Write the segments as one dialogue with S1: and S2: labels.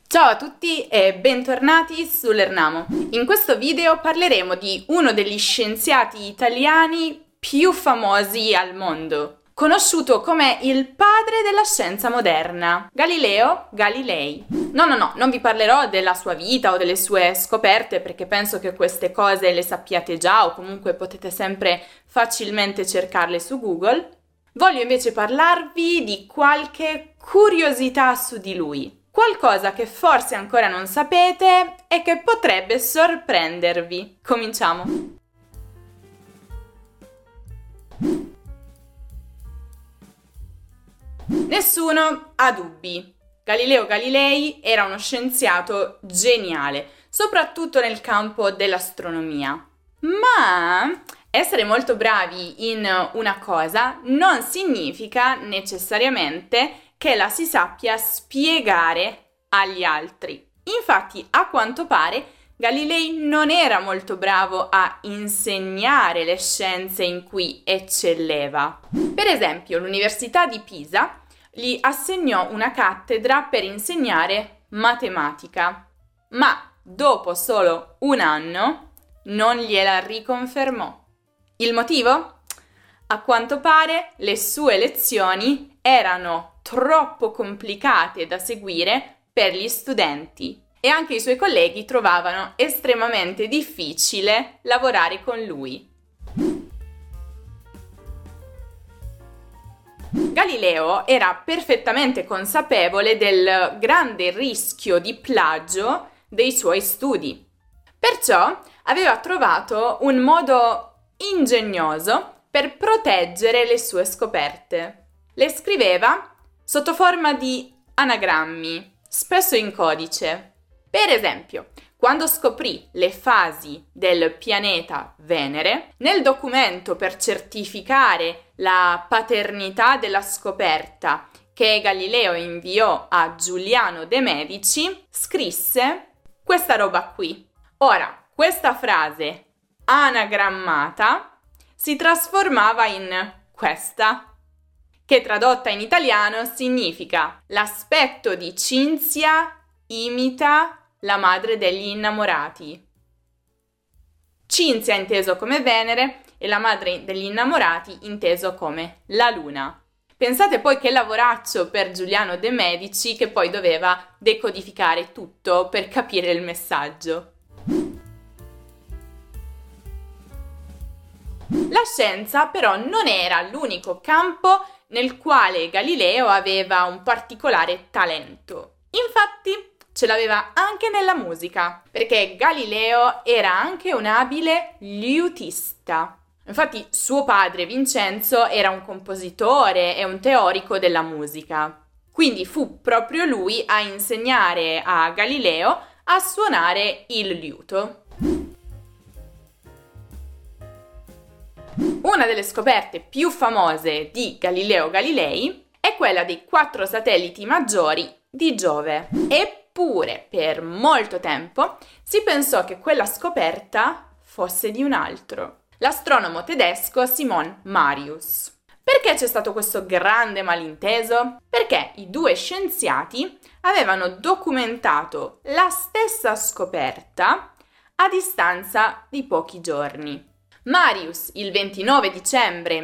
S1: Ciao a tutti e bentornati su Lernamo. In questo video parleremo di uno degli scienziati italiani più famosi al mondo, conosciuto come il padre della scienza moderna, Galileo Galilei. No, non vi parlerò della sua vita o delle sue scoperte perché penso che queste cose le sappiate già o comunque potete sempre facilmente cercarle su Google. Voglio invece parlarvi di qualche curiosità su di lui. Qualcosa che forse ancora non sapete e che potrebbe sorprendervi. Cominciamo! Nessuno ha dubbi. Galileo Galilei era uno scienziato geniale, soprattutto nel campo dell'astronomia. Ma essere molto bravi in una cosa non significa necessariamente che la si sappia spiegare agli altri. Infatti, a quanto pare, Galilei non era molto bravo a insegnare le scienze in cui eccelleva. Per esempio, l'Università di Pisa gli assegnò una cattedra per insegnare matematica, ma dopo solo un anno non gliela riconfermò. Il motivo? A quanto pare le sue lezioni erano troppo complicate da seguire per gli studenti e anche i suoi colleghi trovavano estremamente difficile lavorare con lui. Galileo era perfettamente consapevole del grande rischio di plagio dei suoi studi. Perciò aveva trovato un modo ingegnoso per proteggere le sue scoperte. Le scriveva sotto forma di anagrammi, spesso in codice. Per esempio, quando scoprì le fasi del pianeta Venere, nel documento per certificare la paternità della scoperta che Galileo inviò a Giuliano de' Medici, scrisse questa roba qui. Ora, questa frase anagrammata si trasformava in questa, che tradotta in italiano significa l'aspetto di Cinzia imita la madre degli innamorati. Cinzia inteso come Venere e la madre degli innamorati inteso come la Luna. Pensate poi che lavoraccio per Giuliano de' Medici che poi doveva decodificare tutto per capire il messaggio. La scienza però non era l'unico campo nel quale Galileo aveva un particolare talento. Infatti ce l'aveva anche nella musica, perché Galileo era anche un abile liutista. Infatti suo padre Vincenzo era un compositore e un teorico della musica. Quindi fu proprio lui a insegnare a Galileo a suonare il liuto. Una delle scoperte più famose di Galileo Galilei è quella dei 4 satelliti maggiori di Giove. Eppure, per molto tempo, si pensò che quella scoperta fosse di un altro, l'astronomo tedesco Simon Marius. Perché c'è stato questo grande malinteso? Perché i due scienziati avevano documentato la stessa scoperta a distanza di pochi giorni. Marius il 29 dicembre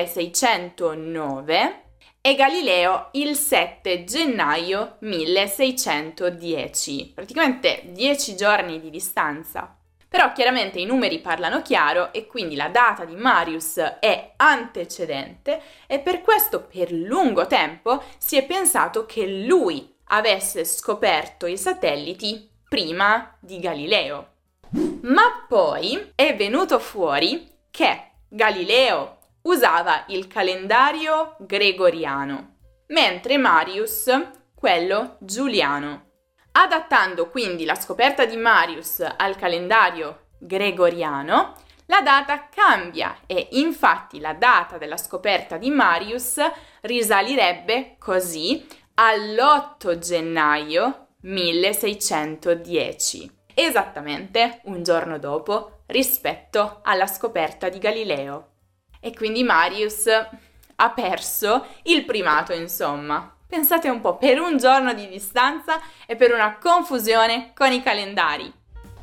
S1: 1609 e Galileo il 7 gennaio 1610, praticamente 10 giorni di distanza. Però chiaramente i numeri parlano chiaro e quindi la data di Marius è antecedente e per questo per lungo tempo si è pensato che lui avesse scoperto i satelliti prima di Galileo. Ma poi è venuto fuori che Galileo usava il calendario gregoriano, mentre Marius quello giuliano. Adattando quindi la scoperta di Marius al calendario gregoriano, la data cambia e infatti la data della scoperta di Marius risalirebbe così all'8 gennaio 1610. Esattamente un giorno dopo rispetto alla scoperta di Galileo. E quindi Marius ha perso il primato, insomma. Pensate un po', per un giorno di distanza e per una confusione con i calendari.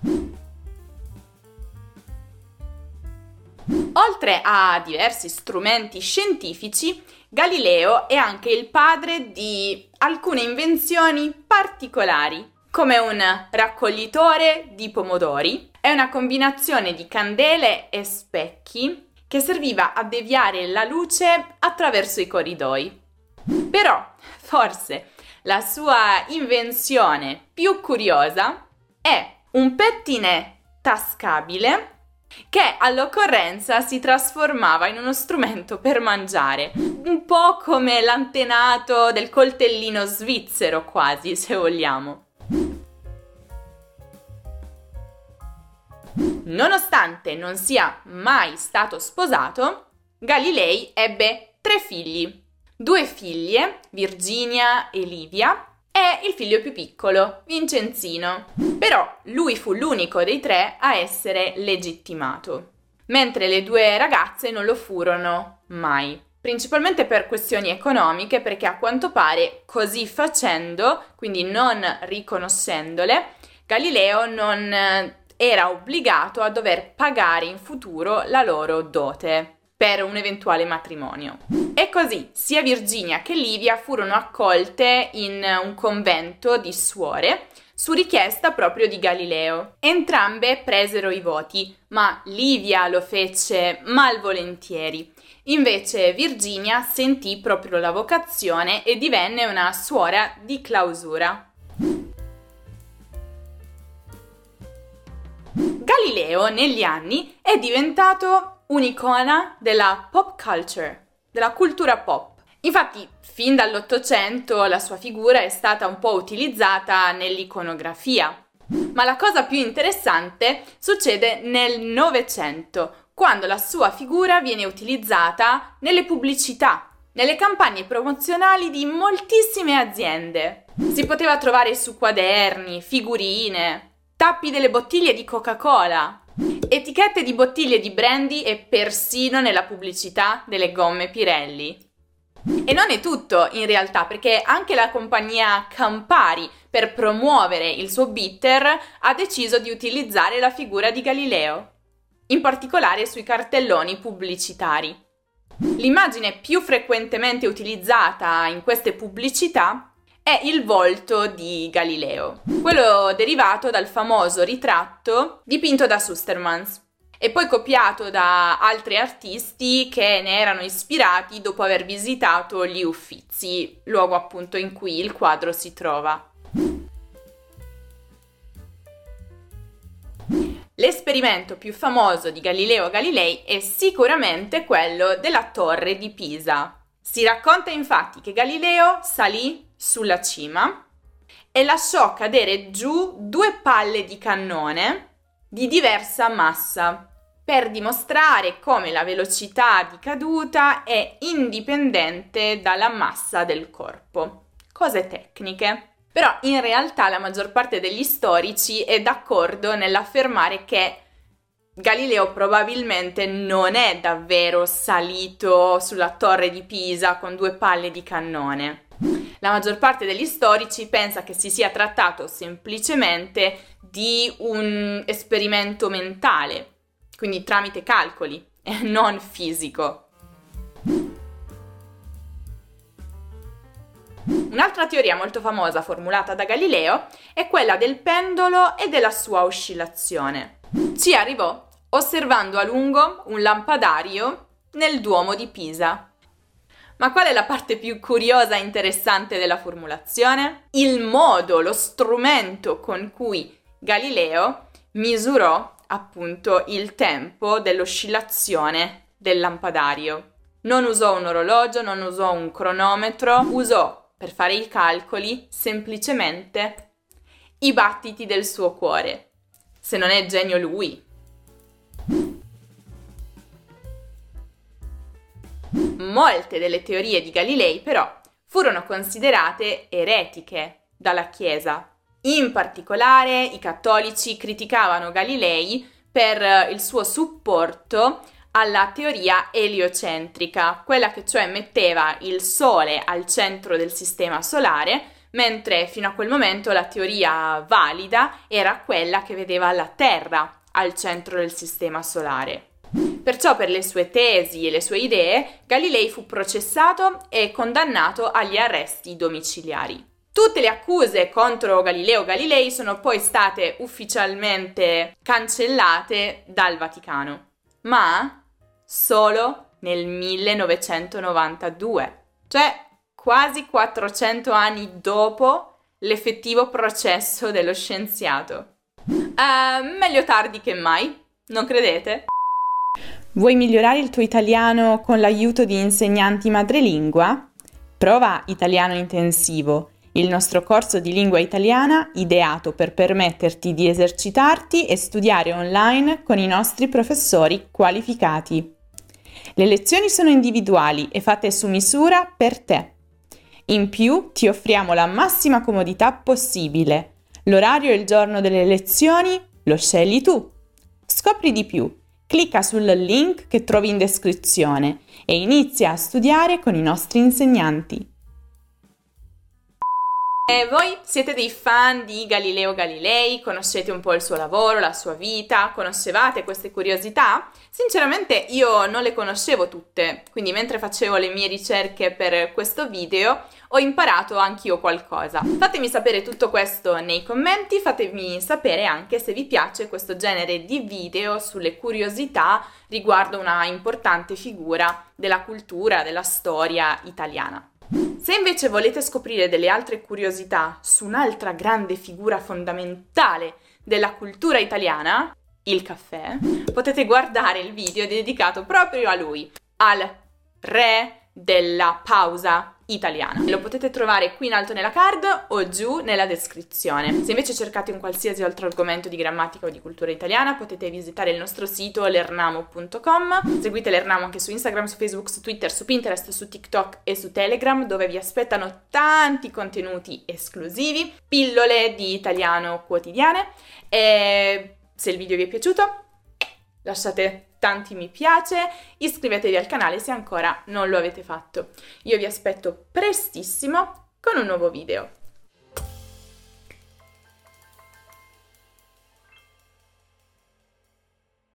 S1: Oltre a diversi strumenti scientifici, Galileo è anche il padre di alcune invenzioni particolari, come un raccoglitore di pomodori. È una combinazione di candele e specchi che serviva a deviare la luce attraverso i corridoi. Però, forse, la sua invenzione più curiosa è un pettine tascabile che all'occorrenza si trasformava in uno strumento per mangiare, un po' come l'antenato del coltellino svizzero quasi, se vogliamo. Nonostante non sia mai stato sposato, Galilei ebbe 3 figli, 2 figlie, Virginia e Livia, e il figlio più piccolo, Vincenzino. Però lui fu l'unico dei 3 a essere legittimato, mentre le 2 ragazze non lo furono mai. Principalmente per questioni economiche, perché a quanto pare, così facendo, quindi non riconoscendole, Galileo non era obbligato a dover pagare in futuro la loro dote per un eventuale matrimonio. E così sia Virginia che Livia furono accolte in un convento di suore su richiesta proprio di Galileo. Entrambe presero i voti, ma Livia lo fece malvolentieri. Invece Virginia sentì proprio la vocazione e divenne una suora di clausura. Galileo negli anni è diventato un'icona della pop culture, della cultura pop. Infatti, fin dall'Ottocento la sua figura è stata un po' utilizzata nell'iconografia. Ma la cosa più interessante succede nel Novecento, quando la sua figura viene utilizzata nelle pubblicità, nelle campagne promozionali di moltissime aziende. Si poteva trovare su quaderni, figurine, tappi delle bottiglie di Coca-Cola, etichette di bottiglie di brandy e persino nella pubblicità delle gomme Pirelli. E non è tutto in realtà, perché anche la compagnia Campari, per promuovere il suo bitter, ha deciso di utilizzare la figura di Galileo, in particolare sui cartelloni pubblicitari. L'immagine più frequentemente utilizzata in queste pubblicità è il volto di Galileo, quello derivato dal famoso ritratto dipinto da Sustermans e poi copiato da altri artisti che ne erano ispirati dopo aver visitato gli Uffizi, luogo appunto in cui il quadro si trova. L'esperimento più famoso di Galileo Galilei è sicuramente quello della Torre di Pisa. Si racconta infatti che Galileo salì sulla cima e lasciò cadere giù 2 palle di cannone di diversa massa per dimostrare come la velocità di caduta è indipendente dalla massa del corpo. Cose tecniche. Però in realtà la maggior parte degli storici è d'accordo nell'affermare che Galileo probabilmente non è davvero salito sulla torre di Pisa con 2 palle di cannone. La maggior parte degli storici pensa che si sia trattato semplicemente di un esperimento mentale, quindi tramite calcoli e non fisico. Un'altra teoria molto famosa formulata da Galileo è quella del pendolo e della sua oscillazione. Ci arrivò osservando a lungo un lampadario nel Duomo di Pisa. Ma qual è la parte più curiosa e interessante della formulazione? Il modo, lo strumento con cui Galileo misurò appunto il tempo dell'oscillazione del lampadario. Non usò un orologio, non usò un cronometro, usò per fare i calcoli semplicemente i battiti del suo cuore. Se non è genio lui. Molte delle teorie di Galilei però furono considerate eretiche dalla Chiesa. In particolare i cattolici criticavano Galilei per il suo supporto alla teoria eliocentrica, quella che cioè metteva il Sole al centro del sistema solare, mentre fino a quel momento la teoria valida era quella che vedeva la Terra al centro del sistema solare. Perciò per le sue tesi e le sue idee, Galilei fu processato e condannato agli arresti domiciliari. Tutte le accuse contro Galileo Galilei sono poi state ufficialmente cancellate dal Vaticano, ma solo nel 1992, cioè quasi 400 anni dopo l'effettivo processo dello scienziato. Meglio tardi che mai, non credete? Vuoi migliorare il tuo italiano con l'aiuto di insegnanti madrelingua? Prova Italiano Intensivo, il nostro corso di lingua italiana ideato per permetterti di esercitarti e studiare online con i nostri professori qualificati. Le lezioni sono individuali e fatte su misura per te. In più ti offriamo la massima comodità possibile. L'orario e il giorno delle lezioni lo scegli tu. Scopri di più. Clicca sul link che trovi in descrizione e inizia a studiare con i nostri insegnanti. E voi siete dei fan di Galileo Galilei? Conoscete un po' il suo lavoro, la sua vita? Conoscevate queste curiosità? Sinceramente io non le conoscevo tutte, quindi mentre facevo le mie ricerche per questo video ho imparato anch'io qualcosa. Fatemi sapere tutto questo nei commenti, fatemi sapere anche se vi piace questo genere di video sulle curiosità riguardo una importante figura della cultura, della storia italiana. Se invece volete scoprire delle altre curiosità su un'altra grande figura fondamentale della cultura italiana, il caffè, potete guardare il video dedicato proprio a lui, al re della pausa italiana. Lo potete trovare qui in alto nella card o giù nella descrizione. Se invece cercate un qualsiasi altro argomento di grammatica o di cultura italiana, potete visitare il nostro sito lernamo.com. Seguite Lernamo anche su Instagram, su Facebook, su Twitter, su Pinterest, su TikTok e su Telegram, dove vi aspettano tanti contenuti esclusivi, pillole di italiano quotidiane. E se il video vi è piaciuto, lasciate tanti mi piace, iscrivetevi al canale se ancora non lo avete fatto. Io vi aspetto prestissimo con un nuovo video.